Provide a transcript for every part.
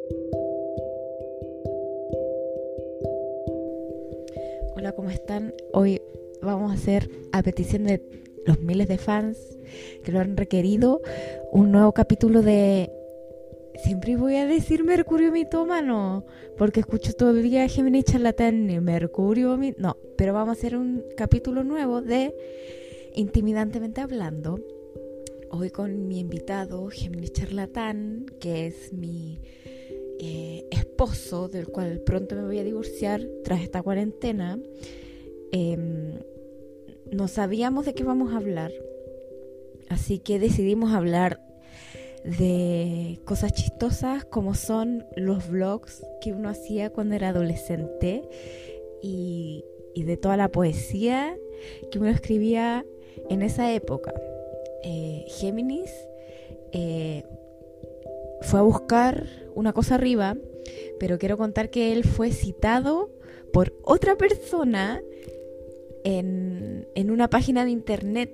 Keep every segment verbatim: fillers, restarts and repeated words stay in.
Hola, ¿cómo están? Hoy vamos a hacer, a petición de los miles de fans que lo han requerido, un nuevo capítulo de... Siempre voy a decir Mercurio mitómano, porque escucho todo el día Géminis charlatán y Mercurio mit... No, pero vamos a hacer un capítulo nuevo de Intimidantemente Hablando. Hoy con mi invitado Géminis charlatán, que es mi eh, esposo, del cual pronto me voy a divorciar tras esta cuarentena. Eh, no sabíamos de qué vamos a hablar, así que decidimos hablar de cosas chistosas como son los vlogs que uno hacía cuando era adolescente y, y de toda la poesía que uno escribía en esa época. eh, Géminis eh, fue a buscar una cosa arriba, pero quiero contar que él fue citado por otra persona en, en una página de internet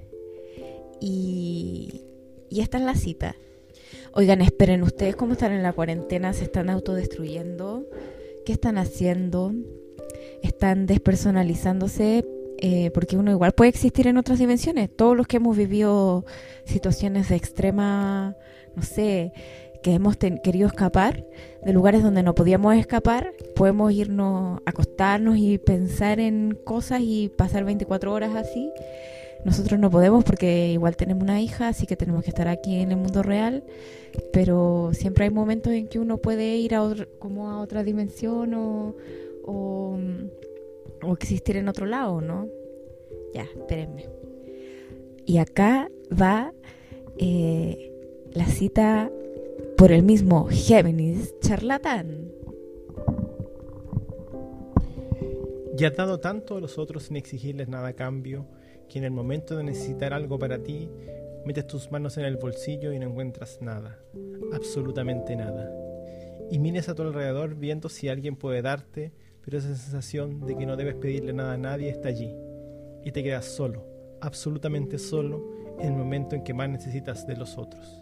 y, y esta es la cita. Oigan, esperen, ¿ustedes cómo están en la cuarentena? ¿Se están autodestruyendo? ¿Qué están haciendo? ¿Están despersonalizándose? Eh, porque uno igual puede existir en otras dimensiones. Todos los que hemos vivido situaciones de extrema, no sé, que hemos ten- querido escapar de lugares donde no podíamos escapar, podemos irnos, acostarnos y pensar en cosas y pasar veinticuatro horas así. Nosotros no podemos porque igual tenemos una hija, así que tenemos que estar aquí en el mundo real, pero siempre hay momentos en que uno puede ir a otro, como a otra dimensión o, o, o existir en otro lado, ¿no? Ya, espérenme. Y acá va eh, la cita por el mismo Géminis charlatán. Ya has dado tanto a los otros sin exigirles nada a cambio, que en el momento de necesitar algo para ti, metes tus manos en el bolsillo y no encuentras nada, absolutamente nada. Y miras a tu alrededor viendo si alguien puede darte, pero esa sensación de que no debes pedirle nada a nadie está allí. Y te quedas solo, absolutamente solo, en el momento en que más necesitas de los otros.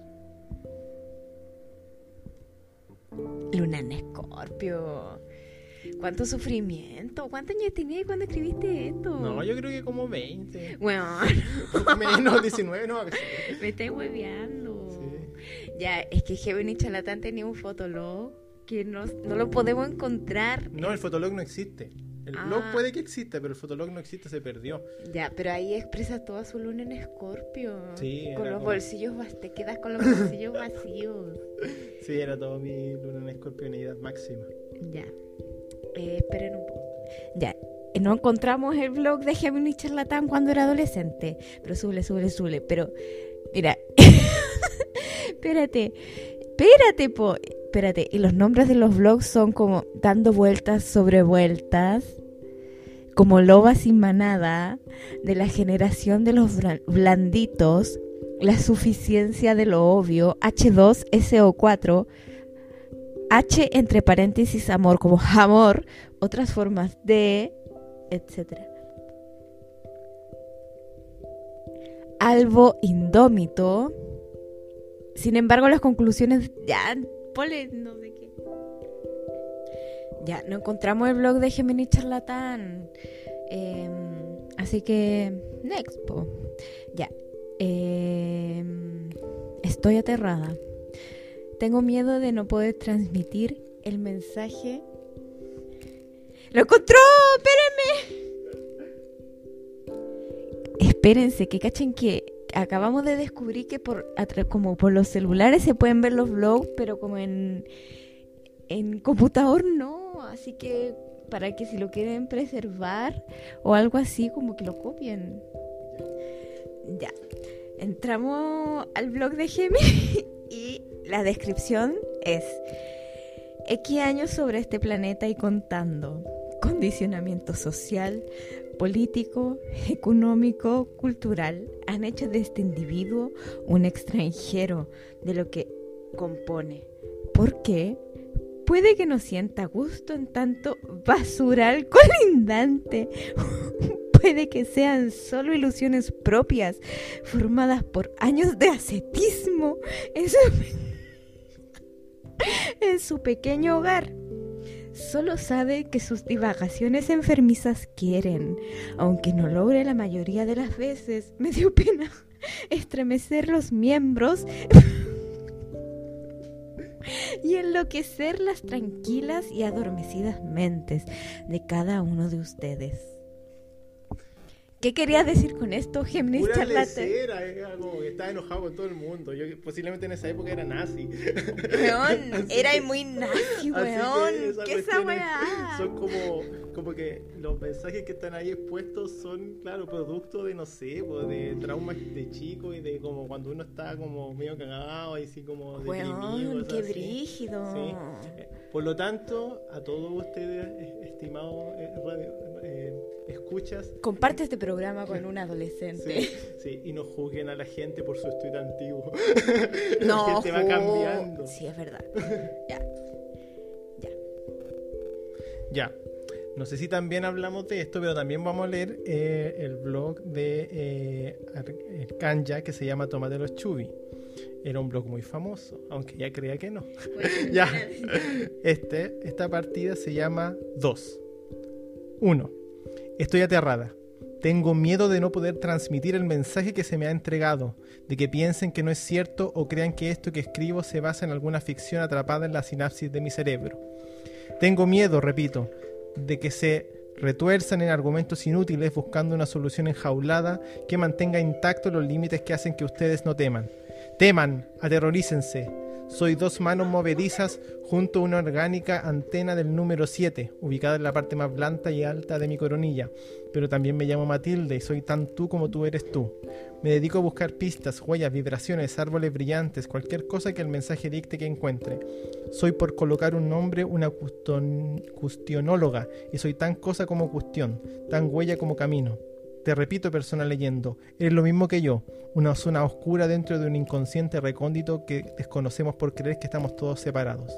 Luna en Escorpio. ¿Cuánto sufrimiento? ¿Cuántos años tenías cuando escribiste esto? No, yo creo que como veinte. Bueno, Menos, diecinueve, no. me estáis hueveando. Sí. Ya, es que Géminis charlatán tenía un fotolog que no, no lo podemos encontrar. No, el fotolog no existe. El Ah. blog puede que exista, pero el fotolog no existe, se perdió. Ya, pero ahí expresas toda su luna en Escorpio. Sí, Con era los como- bolsillos vacíos, te quedas con los bolsillos vacíos. Sí, era todo mi luna en escorpionidad máxima. Ya, eh, esperen un poco. Ya, eh, no encontramos el blog de Géminis charlatán cuando era adolescente. Pero sube, sube, sube. Pero, mira, espérate, espérate, po. Espérate, y los nombres de los blogs son como Dando Vueltas sobre Vueltas, como Loba sin Manada, De la Generación de los Bra- Blanditos, La Suficiencia de lo Obvio, hache dos ese o cuatro, H entre paréntesis amor, como amor, otras formas de, etcétera. Albo indómito. Sin embargo, las conclusiones, ya, ponle, no sé qué. Ya, no encontramos el blog de Géminis charlatán. Eh, así que, next, po. Ya. Eh, estoy aterrada. Tengo miedo de no poder transmitir el mensaje. ¡Lo encontró! ¡Espérenme! Espérense, que cachen que acabamos de descubrir que por atra- como por los celulares se pueden ver los vlogs, pero como en, en computador no. Así que para que si lo quieren preservar o algo así, como que lo copien. Ya. Entramos al blog de Géminis y la descripción es: X años sobre este planeta y contando. Condicionamiento social, político, económico, cultural han hecho de este individuo un extranjero de lo que compone. ¿Por qué? Puede que no sienta gusto en tanto basural colindante. Puede que sean solo ilusiones propias, formadas por años de ascetismo. Eso en su pequeño hogar. Solo sabe que sus divagaciones enfermizas quieren, aunque no logre la mayoría de las veces. Me dio pena estremecer los miembros y enloquecer las tranquilas y adormecidas mentes de cada uno de ustedes. ¿Qué querías decir con esto, Géminis Pura Charlate? lecera, era como que estaba enojado con todo el mundo. Yo posiblemente en esa época era nazi. Weón, era que- muy nazi, así weón. que esas ¿Qué esa cuestiones weá? Son como, como que los mensajes que están ahí expuestos son, claro, producto de, no sé, pues, de traumas de chico y de como cuando uno está como medio cagado y así como deprimido. Weón, cosas qué así. brígido. Sí. Eh, Por lo tanto, a todos ustedes, eh, estimados eh, radio, eh, escuchas, Comparte este programa con un sí, adolescente. sí, y no juzguen a la gente por su estudio antiguo. No, la gente va ju- cambiando. Sí, es verdad. Ya. Ya. Ya. No sé si también hablamos de esto, pero también vamos a leer eh, el blog de eh, Ar- eh, Kanja que se llama Tómate los Chubi. Era un blog muy famoso, aunque ya creía que no. Ya. Este, esta partida se llama dos. uno. Estoy aterrada. Tengo miedo de no poder transmitir el mensaje que se me ha entregado, de que piensen que no es cierto o crean que esto que escribo se basa en alguna ficción atrapada en la sinapsis de mi cerebro. Tengo miedo, repito, de que se retuerzan en argumentos inútiles buscando una solución enjaulada que mantenga intactos los límites que hacen que ustedes no teman. Teman, aterrorícense. Soy dos manos movedizas junto a una orgánica antena del número siete, ubicada en la parte más blanda y alta de mi coronilla. Pero también me llamo Matilde y soy tan tú como tú eres tú. Me dedico a buscar pistas, huellas, vibraciones, árboles brillantes, cualquier cosa que el mensaje dicte que encuentre. Soy, por colocar un nombre, una custon- custionóloga y soy tan cosa como cuestión, tan huella como camino. Te repito, persona leyendo, eres lo mismo que yo, una zona oscura dentro de un inconsciente recóndito que desconocemos por creer que estamos todos separados.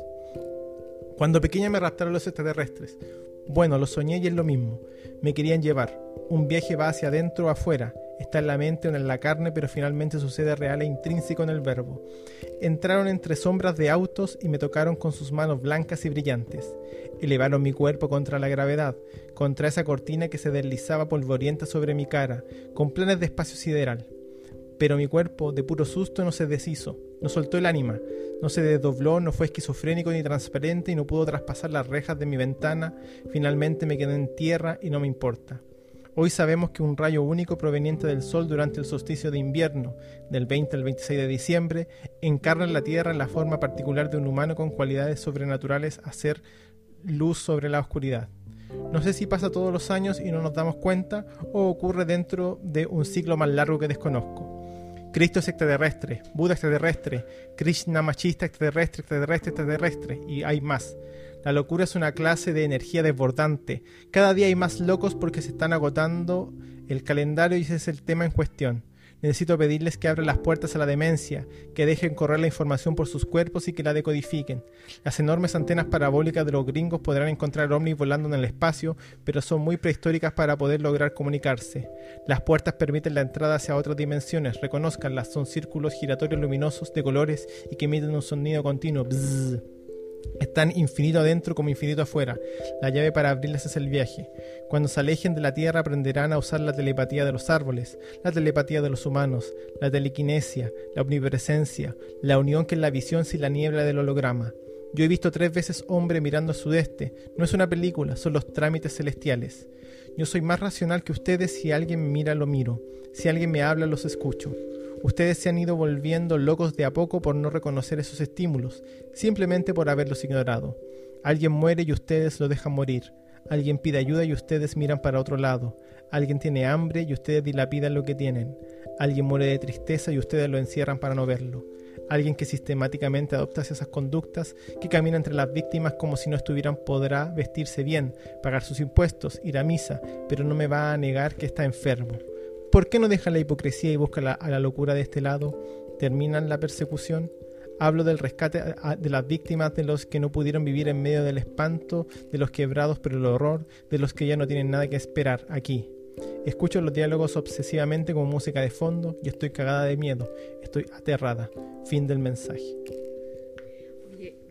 Cuando pequeña me raptaron los extraterrestres. Bueno, lo soñé y es lo mismo. Me querían llevar. Un viaje va hacia adentro o afuera. Está en la mente o en la carne, pero finalmente sucede real e intrínseco en el verbo. Entraron entre sombras de autos y me tocaron con sus manos blancas y brillantes. Elevaron mi cuerpo contra la gravedad, contra esa cortina que se deslizaba polvorienta sobre mi cara, con planes de espacio sideral. Pero mi cuerpo, de puro susto, no se deshizo, no soltó el ánima, no se desdobló, no fue esquizofrénico ni transparente y no pudo traspasar las rejas de mi ventana. Finalmente me quedé en tierra y no me importa. Hoy sabemos que un rayo único proveniente del Sol durante el solsticio de invierno, del veinte al veintiséis de diciembre, encarna en la Tierra en la forma particular de un humano con cualidades sobrenaturales a hacer luz sobre la oscuridad. No sé si pasa todos los años y no nos damos cuenta o ocurre dentro de un ciclo más largo que desconozco. Cristo es extraterrestre, Buda extraterrestre, Krishna machista extraterrestre, extraterrestre, extraterrestre y hay más. La locura es una clase de energía desbordante. Cada día hay más locos porque se están agotando el calendario y ese es el tema en cuestión. Necesito pedirles que abran las puertas a la demencia, que dejen correr la información por sus cuerpos y que la decodifiquen. Las enormes antenas parabólicas de los gringos podrán encontrar ovnis volando en el espacio, pero son muy prehistóricas para poder lograr comunicarse. Las puertas permiten la entrada hacia otras dimensiones, reconózcanlas, son círculos giratorios luminosos de colores y que emiten un sonido continuo. Bzzz. Están infinito adentro como infinito afuera. La llave para abrirlas es el viaje. Cuando se alejen de la Tierra aprenderán a usar la telepatía de los árboles, la telepatía de los humanos, la telequinesia, la omnipresencia, la unión que es la visión sin la niebla del holograma. Yo he visto tres veces hombre mirando al sudeste. No es una película, son los trámites celestiales. Yo soy más racional que ustedes. Si alguien me mira, lo miro. Si alguien me habla, los escucho. Ustedes se han ido volviendo locos de a poco por no reconocer esos estímulos, simplemente por haberlos ignorado. Alguien muere y ustedes lo dejan morir. Alguien pide ayuda y ustedes miran para otro lado. Alguien tiene hambre y ustedes dilapidan lo que tienen. Alguien muere de tristeza y ustedes lo encierran para no verlo. Alguien que sistemáticamente adopta esas conductas, que camina entre las víctimas como si no estuvieran, podrá vestirse bien, pagar sus impuestos, ir a misa, pero no me va a negar que está enfermo. ¿Por qué no dejan la hipocresía y buscan la, a la locura de este lado? ¿Terminan la persecución? Hablo del rescate a, a, de las víctimas, de los que no pudieron vivir en medio del espanto, de los quebrados por el horror, de los que ya no tienen nada que esperar, aquí. Escucho los diálogos obsesivamente como música de fondo y estoy cagada de miedo. Estoy aterrada. Fin del mensaje. Oye, bueno,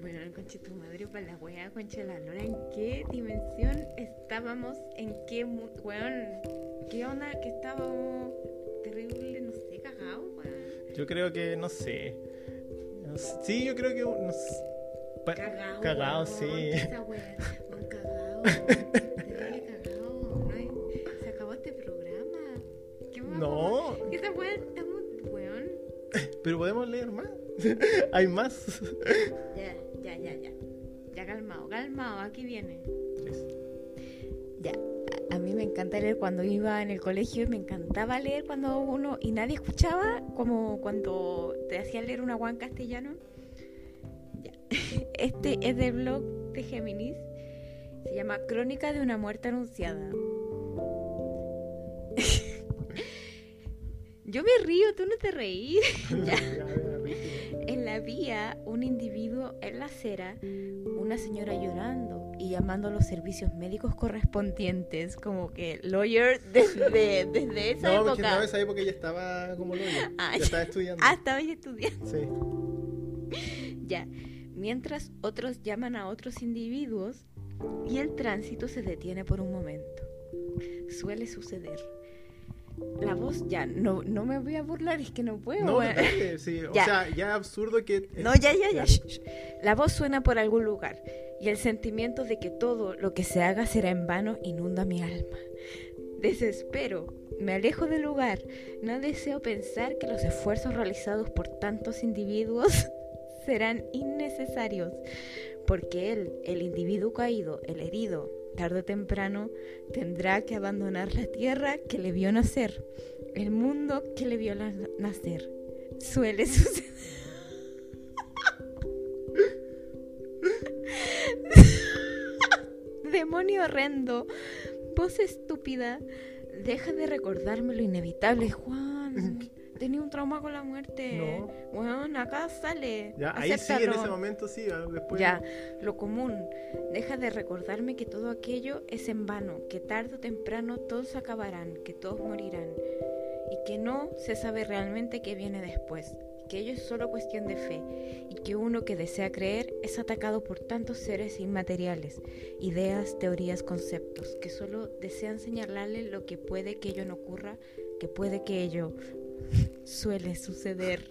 conche tu madre, para la wea, conche la lora, ¿en qué dimensión estábamos? ¿En qué mu- weón? ¿Qué onda que estábamos terrible, no sé, cagados, weón? Yo creo que, no sé. No sé. Sí, yo creo que. No sé. Pa- Cagado, Cagado, weón, sí. esa wea, weón, cagado, terrible cagado, ¿no? es- Se acabó este programa. ¿Qué más? No, Esa wea, estamos, weón. pero podemos leer más. Hay más. Ya, ya, ya, ya. Ya calmado, calmado, aquí viene. Tres. Ya, a, a mí me encanta leer cuando iba en el colegio, me encantaba leer cuando uno y nadie escuchaba, como cuando te hacían leer una guan castellano. Ya. Este es del blog de Géminis, se llama Crónica de una muerte anunciada. Yo me río, tú no te reís. Ya. Ya, ya, rígido. En la vía, un individuo en la acera, una señora llorando y llamando a los servicios médicos correspondientes, como que lawyer desde, desde esa No, porque época. no, esa época ya estaba como lawyer. Ah, ya ya. estaba estudiando. Ah, estaba ya estudiando. Sí. Ya. Mientras otros llaman a otros individuos y el tránsito se detiene por un momento. Suele suceder. La voz, ya, no, no me voy a burlar, es que no puedo. No, weón. dale, sí. O Ya. sea, ya es absurdo que. No, ya, ya, ya. shh, shh. La voz suena por algún lugar y el sentimiento de que todo lo que se haga será en vano inunda mi alma. Desespero, me alejo del lugar. No deseo pensar que los esfuerzos realizados por tantos individuos serán innecesarios, porque él, el individuo caído, el herido, tarde o temprano tendrá que abandonar la tierra que le vio nacer, el mundo que le vio la- nacer. Suele suceder. Demonio horrendo, voz estúpida, deja de recordarme lo inevitable, Juan. Tenía un trauma con la muerte. No. Bueno, acá sale. Ya, ahí sí, en Acéptalo. ese momento sí. ah, Después. Ya, lo común. Deja de recordarme que todo aquello es en vano, que tarde o temprano todos acabarán, que todos morirán, y que no se sabe realmente qué viene después, que ello es solo cuestión de fe, y que uno que desea creer es atacado por tantos seres inmateriales, ideas, teorías, conceptos, que solo desean señalarle lo que puede que ello no ocurra, que puede que ello suele suceder.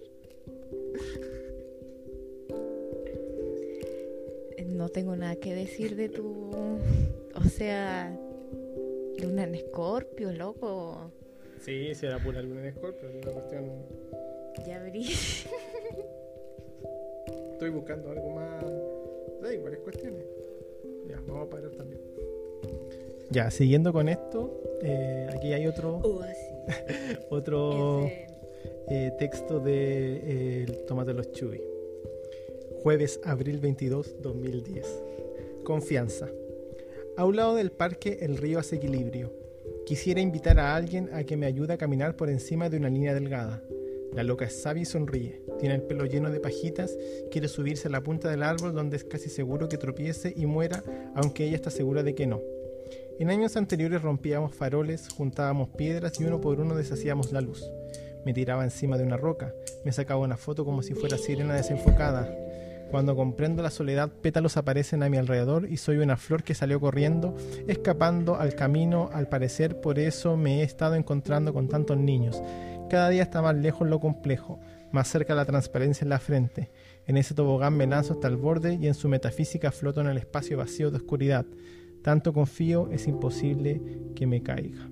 No tengo nada que decir de tu... O sea, luna en Escorpio, loco. Sí, sí, era pura luna en Scorpio. Una cuestión. Ya abrí. Estoy buscando algo más. Hay varias cuestiones. Ya, vamos a parar también. Ya, siguiendo con esto, eh, aquí hay otro O así. otro Ese- eh, texto de eh, el Tomate los Chuy. Jueves, abril veintidós, dos mil diez. Confianza. A un lado del parque el río hace equilibrio. Quisiera invitar a alguien a que me ayude a caminar por encima de una línea delgada. La loca es sabia y sonríe. Tiene el pelo lleno de pajitas. Quiere subirse a la punta del árbol donde es casi seguro que tropiece y muera, aunque ella está segura de que no. En años anteriores rompíamos faroles, juntábamos piedras y uno por uno deshacíamos la luz. Me tiraba encima de una roca. Me sacaba una foto como si fuera sirena desenfocada. Cuando comprendo la soledad, pétalos aparecen a mi alrededor y soy una flor que salió corriendo, escapando al camino. Al parecer, por eso me he estado encontrando con tantos niños. Cada día está más lejos lo complejo, más cerca la transparencia en la frente. En ese tobogán me lanzo hasta el borde y en su metafísica floto en el espacio vacío de oscuridad. Tanto confío, es imposible que me caiga.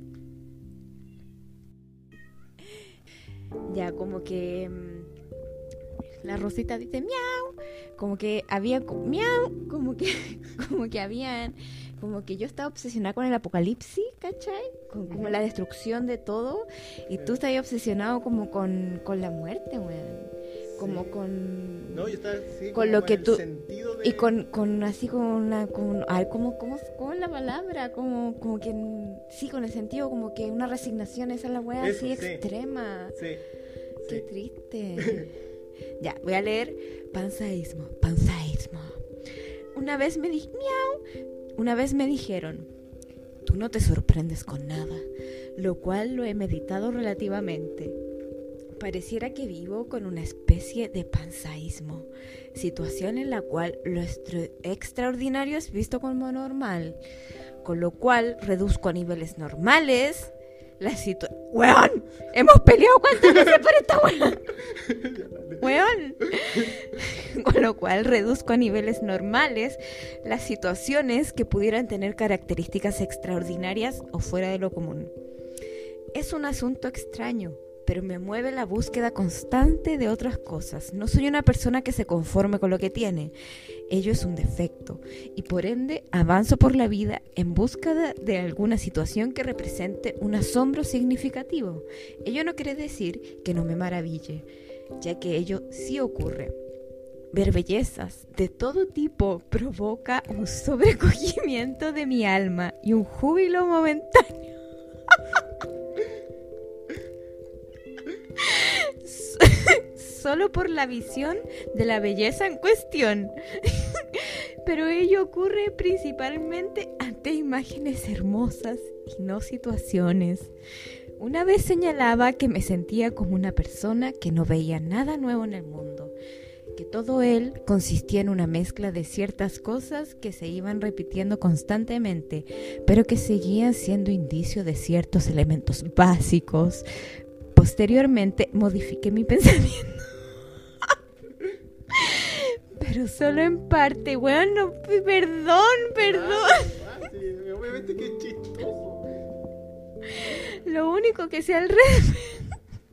Ya, como que mm, la Rosita dice miau, como que había co- miau, como que como que habían, como que yo estaba obsesionada con el apocalipsis, ¿cachai? Con como la destrucción de todo, y tú estás obsesionado como con, con la muerte, weón. Como Sí. con No, yo estaba así Con como lo que el tú- sentido de... y con, con así con una con ay, ¿cómo, cómo, cómo es la palabra? Como, como que mm, sí, con el sentido como que una resignación, esa es la weá Eso, así sí. extrema. Sí, Qué sí. triste. Ya, voy a leer panzaísmo, panzaísmo. Una vez me di miau, una vez me dijeron, tú no te sorprendes con nada, lo cual lo he meditado relativamente. Pareciera que vivo con una especie de panzaísmo, situación en la cual lo extra- extraordinario es visto como normal, con lo cual reduzco a niveles normales la situación. ¡Weón! ¡Hemos peleado cuántas veces por esta weón! ¡Weón! Con lo cual reduzco a niveles normales las situaciones que pudieran tener características extraordinarias o fuera de lo común. Es un asunto extraño, pero me mueve la búsqueda constante de otras cosas. No soy una persona que se conforme con lo que tiene. Ello es un defecto, y por ende avanzo por la vida en búsqueda de alguna situación que represente un asombro significativo. Ello no quiere decir que no me maraville, ya que ello sí ocurre. Ver bellezas de todo tipo provoca un sobrecogimiento de mi alma y un júbilo momentáneo. Solo por la visión de la belleza en cuestión. Pero ello ocurre principalmente ante imágenes hermosas y no situaciones. Una vez señalaba que me sentía como una persona que no veía nada nuevo en el mundo, que todo él consistía en una mezcla de ciertas cosas que se iban repitiendo constantemente, pero que seguían siendo indicio de ciertos elementos básicos. Posteriormente modifiqué mi pensamiento. Pero solo en parte, weón, no, perdón, perdón. Ah, sí, obviamente que es chistoso. Lo único que sé al respecto,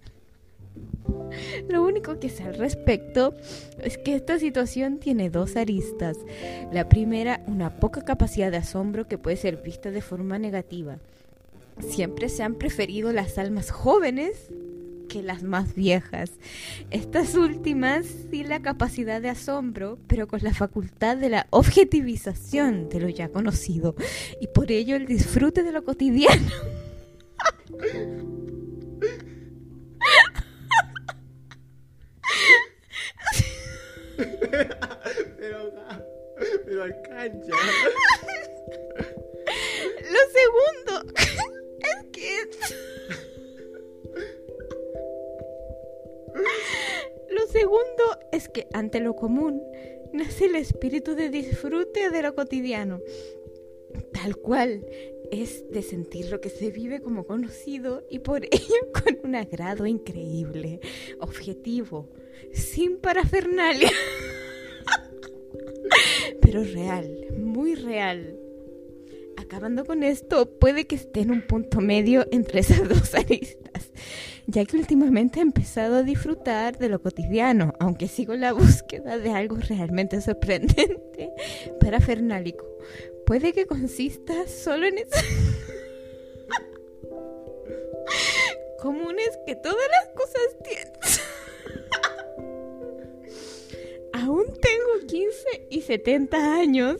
lo único que sé al respecto es que esta situación tiene dos aristas. La primera, una poca capacidad de asombro que puede ser vista de forma negativa. Siempre se han preferido las almas jóvenes que las más viejas. Estas últimas sin la capacidad de asombro, pero con la facultad de la objetivización de lo ya conocido, y por ello el disfrute de lo cotidiano. pero, pero alcanza. Lo segundo es que Lo segundo es que ante lo común nace el espíritu de disfrute de lo cotidiano, tal cual es de sentir lo que se vive como conocido y por ello con un agrado increíble, objetivo, sin parafernalia, pero real, muy real. Acabando con esto, puede que esté en un punto medio entre esas dos aristas, ya que últimamente he empezado a disfrutar de lo cotidiano, aunque sigo en la búsqueda de algo realmente sorprendente, parafernálico. Puede que consista solo en eso. Comunes que todas las cosas tienen. Aún tengo quince y setenta años.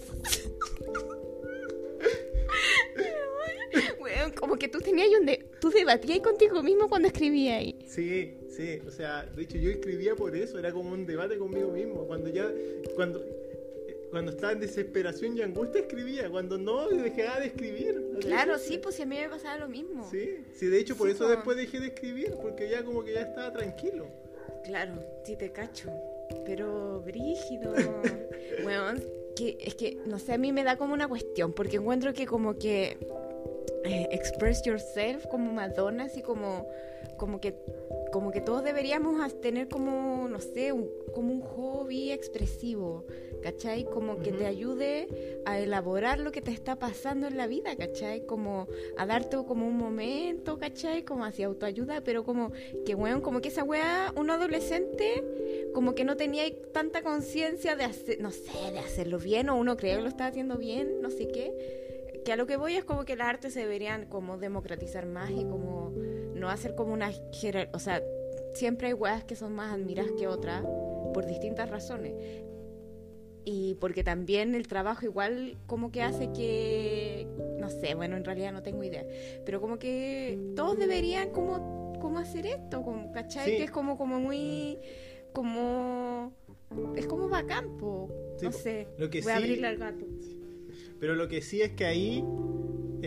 Bueno, como que tú tenías un de... tú debatías contigo mismo cuando escribías ahí. Sí, sí, o sea, de hecho yo escribía por eso, era como un debate conmigo mismo. Cuando ya, cuando, cuando estaba en desesperación y angustia escribía, cuando no dejaba de escribir. Claro, sí, pues si a mí me pasaba lo mismo. Sí, sí, de hecho por Sí, eso po. después dejé de escribir, porque ya como que ya estaba tranquilo. Claro, sí te cacho. Pero brígido. Bueno, que, es que, no sé, a mí me da como una cuestión, porque encuentro que como que eh, express yourself como Madonna, así como, como que como que todos deberíamos tener como, no sé, un, como un hobby expresivo, ¿cachai? Como que Uh-huh. te ayude a elaborar lo que te está pasando en la vida, ¿cachai? Como a darte como un momento, ¿cachai? Como hacia autoayuda, pero como que, weón, como que esa weá, un adolescente, como que no tenía tanta conciencia de hacer, no sé, de hacerlo bien, o uno cree que lo está haciendo bien, no sé qué. Que a lo que voy es como que las artes se deberían como democratizar más y como no hacer como una jerar- o sea, siempre hay weas que son más admiradas que otras por distintas razones. Y porque también el trabajo igual como que hace que, no sé, bueno, en realidad no tengo idea, pero como que todos deberían como, como hacer esto, como, ¿cachai? Sí. Que es como, como muy, como, es como bacán, po. Sí, No po. sé, Lo que voy a sí- abrirle al gato. Pero lo que sí es que ahí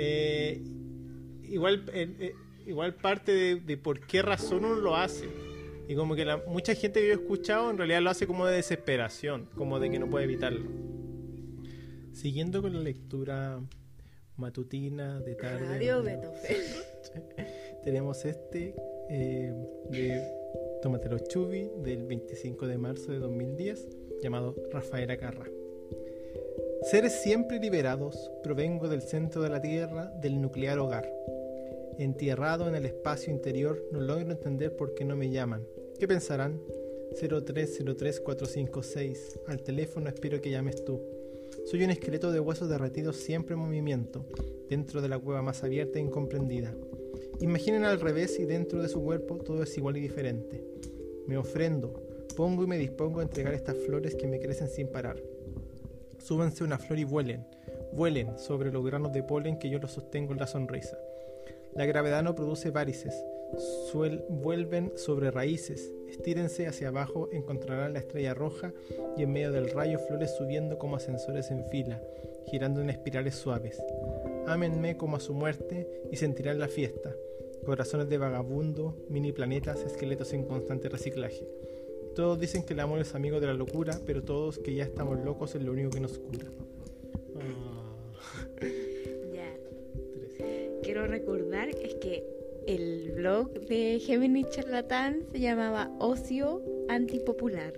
eh, igual eh, eh, igual parte de, de por qué razón uno lo hace. Y como que la, mucha gente que yo he escuchado en realidad lo hace como de desesperación, como de que no puede evitarlo. Siguiendo con la lectura matutina de tarde. Radio Beethoven. Tenemos este eh, de Tómatelo Chubi del veinticinco de marzo de dos mil diez, llamado Rafaela Carrà. Seres siempre liberados, provengo del centro de la Tierra, del nuclear hogar. Entierrado en el espacio interior, no logro entender por qué no me llaman. ¿Qué pensarán? cero tres cero tres cuatro cinco seis. Al teléfono espero que llames tú. Soy un esqueleto de huesos derretidos siempre en movimiento, dentro de la cueva más abierta e incomprendida. Imaginen al revés y dentro de su cuerpo todo es igual y diferente. Me ofrendo, pongo y me dispongo a entregar estas flores que me crecen sin parar. Súbanse una flor y vuelen, vuelen sobre los granos de polen que yo los sostengo en la sonrisa. La gravedad no produce varices, suel, vuelven sobre raíces, estírense hacia abajo, encontrarán la estrella roja y en medio del rayo flores subiendo como ascensores en fila, girando en espirales suaves. Ámenme como a su muerte y sentirán la fiesta, corazones de vagabundo, mini planetas, esqueletos en constante reciclaje. Todos dicen que el amor es amigo de la locura, pero todos que ya estamos locos es lo único que nos cura. Oh. Ya. Quiero recordar es que el blog de Gemini Charlatán se llamaba Ocio Antipopular.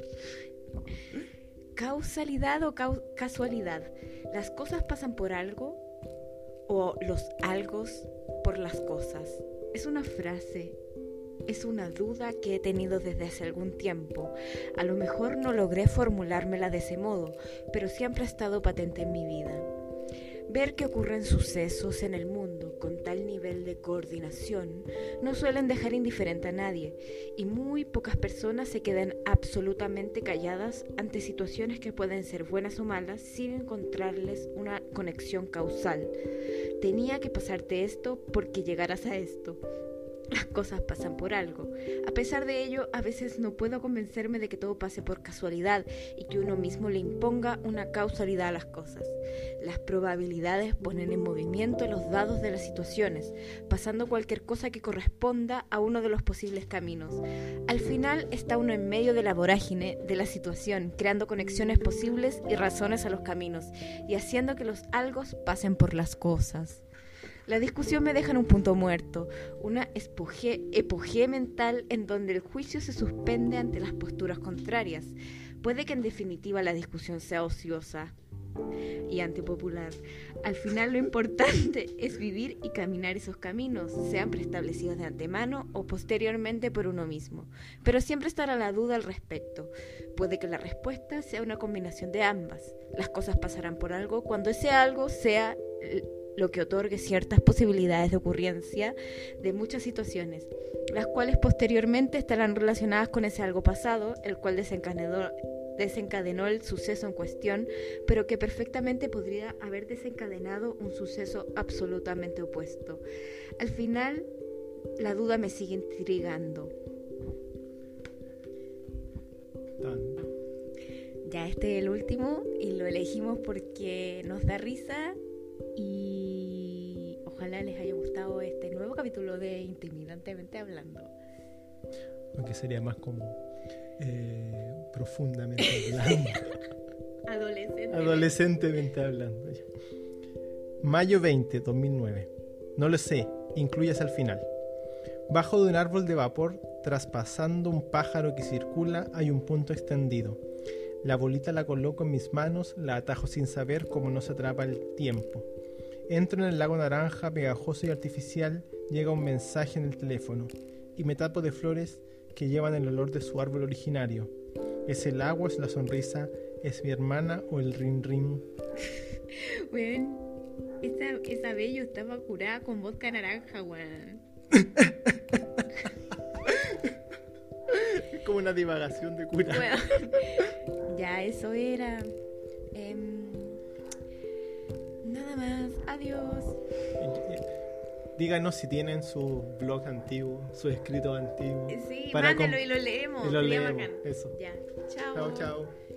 ¿Causalidad o cau- casualidad? ¿Las cosas pasan por algo o los algos por las cosas? Es una frase. Es una duda que he tenido desde hace algún tiempo. A lo mejor no logré formulármela de ese modo, pero siempre ha estado patente en mi vida. Ver que ocurren sucesos en el mundo con tal nivel de coordinación no suelen dejar indiferente a nadie, y muy pocas personas se quedan absolutamente calladas ante situaciones que pueden ser buenas o malas sin encontrarles una conexión causal. Tenía que pasarte esto porque llegaras a esto. Las cosas pasan por algo. A pesar de ello, a veces no puedo convencerme de que todo pase por casualidad y que uno mismo le imponga una causalidad a las cosas. Las probabilidades ponen en movimiento los dados de las situaciones, pasando cualquier cosa que corresponda a uno de los posibles caminos. Al final está uno en medio de la vorágine de la situación, creando conexiones posibles y razones a los caminos, y haciendo que los algos pasen por las cosas. La discusión me deja en un punto muerto, una espoge, epogea mental en donde el juicio se suspende ante las posturas contrarias. Puede que en definitiva la discusión sea ociosa y antipopular. Al final lo importante es vivir y caminar esos caminos, sean preestablecidos de antemano o posteriormente por uno mismo. Pero siempre estará la duda al respecto. Puede que la respuesta sea una combinación de ambas. Las cosas pasarán por algo cuando ese algo sea lo que otorgue ciertas posibilidades de ocurrencia de muchas situaciones, las cuales posteriormente estarán relacionadas con ese algo pasado, el cual desencadenó, desencadenó el suceso en cuestión, pero que perfectamente podría haber desencadenado un suceso absolutamente opuesto. Al final, la duda me sigue intrigando. Ya este es el último y lo elegimos porque nos da risa y ojalá les haya gustado este nuevo capítulo de Intimidantemente Hablando. Aunque sería más como eh, profundamente hablando. Adolescentemente. Adolescentemente hablando. Mayo veinte, dos mil nueve. No lo sé, incluyas al final. Bajo de un árbol de vapor, traspasando un pájaro que circula, hay un punto extendido. La bolita la coloco en mis manos, la atajo sin saber cómo no se atrapa el tiempo. Entro en el lago naranja, pegajoso y artificial, llega un mensaje en el teléfono, y me tapo de flores que llevan el olor de su árbol originario. ¿Es el agua, es la sonrisa, es mi hermana o el rin rin? Weón, esa, esa vez yo estaba curada con vodka naranja, weón. Es como una divagación de cura. Bueno, ya eso era. Eh, nada más. Adiós. Díganos si tienen su blog antiguo, su escrito antiguo. Sí, para mándalo com- y lo leemos. y lo Sería leemos. bacán. Eso. Ya. Chao. Chao, chao.